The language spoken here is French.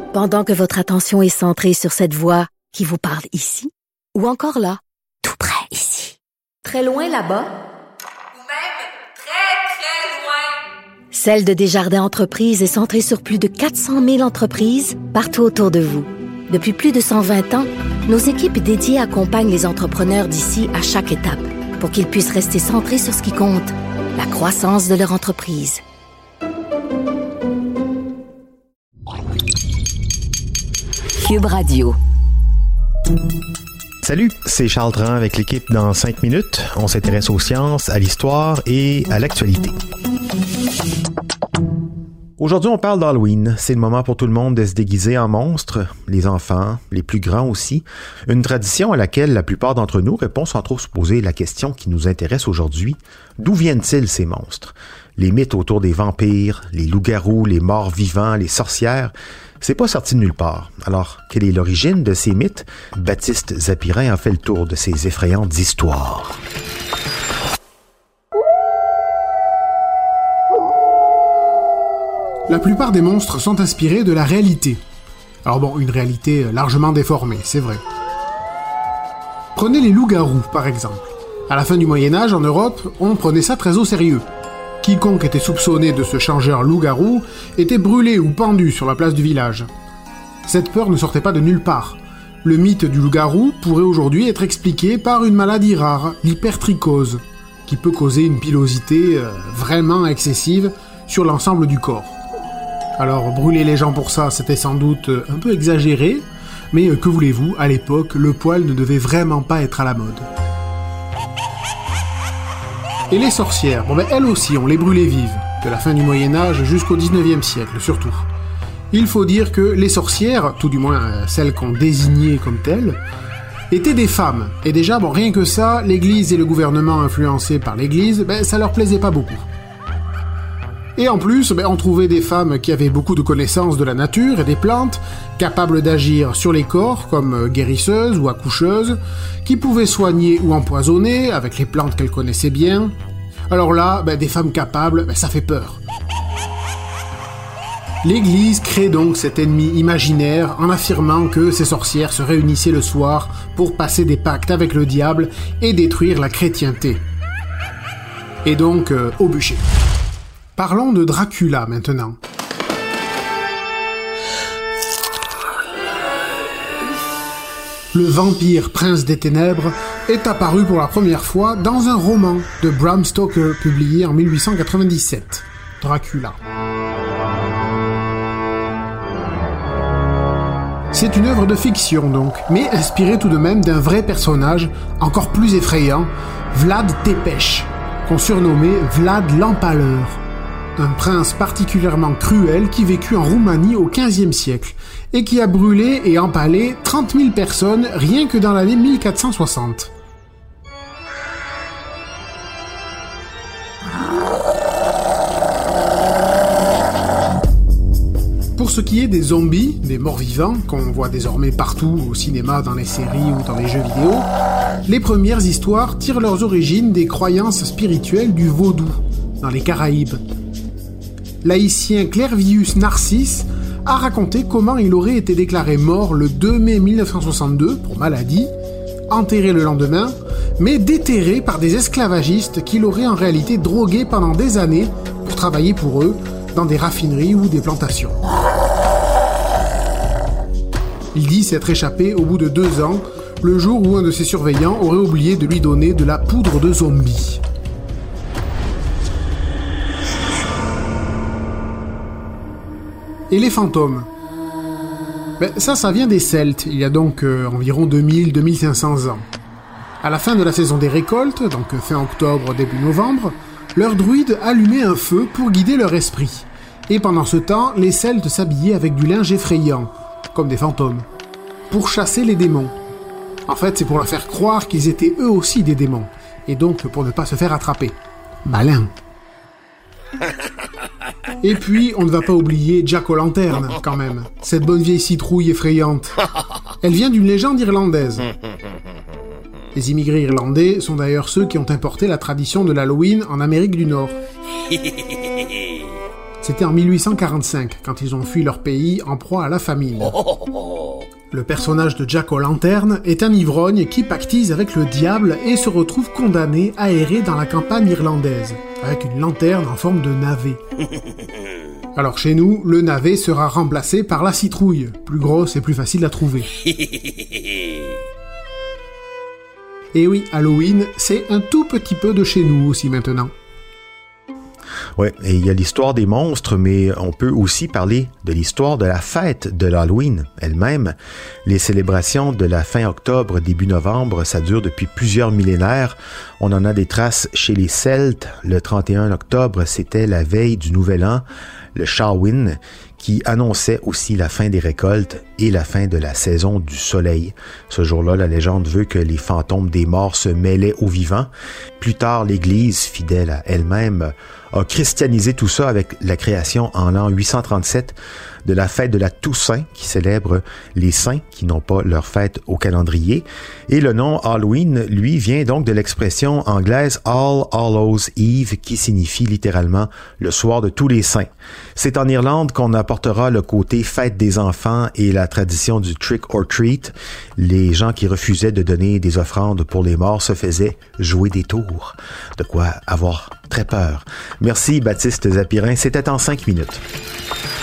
Pendant que votre attention est centrée sur cette voix qui vous parle ici, ou encore là, tout près ici, très loin là-bas, ou même très, très loin. Celle de Desjardins Entreprises est centrée sur plus de 400 000 entreprises partout autour de vous. Depuis plus de 120 ans, nos équipes dédiées accompagnent les entrepreneurs d'ici à chaque étape pour qu'ils puissent rester centrés sur ce qui compte, la croissance de leur entreprise. Cube Radio. Salut, c'est Charles Tran avec l'équipe dans 5 minutes. On s'intéresse aux sciences, à l'histoire et à l'actualité. Aujourd'hui, on parle d'Halloween. C'est le moment pour tout le monde de se déguiser en monstre, les enfants, les plus grands aussi. Une tradition à laquelle la plupart d'entre nous répondent sans trop se poser la question qui nous intéresse aujourd'hui. D'où viennent-ils ces monstres? Les mythes autour des vampires, les loups-garous, les morts vivants, les sorcières, c'est pas sorti de nulle part. Alors, quelle est l'origine de ces mythes? Baptiste Zapirin a fait le tour de ces effrayantes histoires. La plupart des monstres sont inspirés de la réalité. Alors bon, une réalité largement déformée, c'est vrai. Prenez les loups-garous, par exemple. À la fin du Moyen-Âge, en Europe, on prenait ça très au sérieux. Quiconque était soupçonné de ce changeur loup-garou était brûlé ou pendu sur la place du village. Cette peur ne sortait pas de nulle part. Le mythe du loup-garou pourrait aujourd'hui être expliqué par une maladie rare, l'hypertrichose, qui peut causer une pilosité vraiment excessive sur l'ensemble du corps. Alors, brûler les gens pour ça, c'était sans doute un peu exagéré, mais que voulez-vous, à l'époque, le poil ne devait vraiment pas être à la mode. Et les sorcières, elles aussi, on les brûlait vives, de la fin du Moyen-Âge jusqu'au 19e siècle, surtout. Il faut dire que les sorcières, tout du moins celles qu'on désignait comme telles, étaient des femmes. Et déjà, rien que ça, l'Église et le gouvernement influencés par l'Église, ça leur plaisait pas beaucoup. Et en plus, on trouvait des femmes qui avaient beaucoup de connaissances de la nature et des plantes, capables d'agir sur les corps comme guérisseuses ou accoucheuses, qui pouvaient soigner ou empoisonner avec les plantes qu'elles connaissaient bien. Alors là, des femmes capables, ça fait peur. L'Église crée donc cet ennemi imaginaire en affirmant que ces sorcières se réunissaient le soir pour passer des pactes avec le diable et détruire la chrétienté. Et donc, au bûcher. Parlons de Dracula maintenant. Le vampire prince des ténèbres est apparu pour la première fois dans un roman de Bram Stoker publié en 1897, Dracula. C'est une œuvre de fiction donc, mais inspirée tout de même d'un vrai personnage encore plus effrayant, Vlad Tepes, qu'on surnommait Vlad l'Empaleur. Un prince particulièrement cruel qui vécut en Roumanie au XVe siècle et qui a brûlé et empalé 30 000 personnes rien que dans l'année 1460. Pour ce qui est des zombies, des morts-vivants, qu'on voit désormais partout au cinéma, dans les séries ou dans les jeux vidéo, les premières histoires tirent leurs origines des croyances spirituelles du vaudou, dans les Caraïbes. L'haïtien Clervius Narcisse a raconté comment il aurait été déclaré mort le 2 mai 1962 pour maladie, enterré le lendemain, mais déterré par des esclavagistes qui l'auraient en réalité drogué pendant des années pour travailler pour eux dans des raffineries ou des plantations. Il dit s'être échappé au bout de 2 ans, le jour où un de ses surveillants aurait oublié de lui donner de la poudre de zombie. Et les fantômes? Ça vient des Celtes, il y a donc environ 2000-2500 ans. À la fin de la saison des récoltes, donc fin octobre, début novembre, leurs druides allumaient un feu pour guider leur esprit. Et pendant ce temps, les Celtes s'habillaient avec du linge effrayant, comme des fantômes, pour chasser les démons. En fait, c'est pour leur faire croire qu'ils étaient eux aussi des démons, et donc pour ne pas se faire attraper. Malin. Et puis, on ne va pas oublier Jack O'Lantern, quand même. Cette bonne vieille citrouille effrayante. Elle vient d'une légende irlandaise. Les immigrés irlandais sont d'ailleurs ceux qui ont importé la tradition de l'Halloween en Amérique du Nord. C'était en 1845, quand ils ont fui leur pays en proie à la famine. Le personnage de Jack O'Lantern est un ivrogne qui pactise avec le diable et se retrouve condamné à errer dans la campagne irlandaise, avec une lanterne en forme de navet. Alors chez nous, le navet sera remplacé par la citrouille, plus grosse et plus facile à trouver. Et oui, Halloween, c'est un tout petit peu de chez nous aussi maintenant. Ouais, et il y a l'histoire des monstres, mais on peut aussi parler de l'histoire de la fête de l'Halloween elle-même. Les célébrations de la fin octobre, début novembre, ça dure depuis plusieurs millénaires. On en a des traces chez les Celtes. Le 31 octobre, c'était la veille du Nouvel An, le Samhain, qui annonçait aussi la fin des récoltes et la fin de la saison du soleil. Ce jour-là, la légende veut que les fantômes des morts se mêlaient aux vivants. Plus tard, l'Église, fidèle à elle-même, a christianisé tout ça avec la création en l'an 837 de la fête de la Toussaint, qui célèbre les saints qui n'ont pas leur fête au calendrier. Et le nom Halloween, lui, vient donc de l'expression anglaise All Hallows Eve, qui signifie littéralement le soir de tous les saints. C'est en Irlande qu'on apportera le côté fête des enfants et la tradition du trick or treat. Les gens qui refusaient de donner des offrandes pour les morts se faisaient jouer des tours. De quoi avoir très peur. Merci Baptiste Zapirin, c'était en 5 minutes.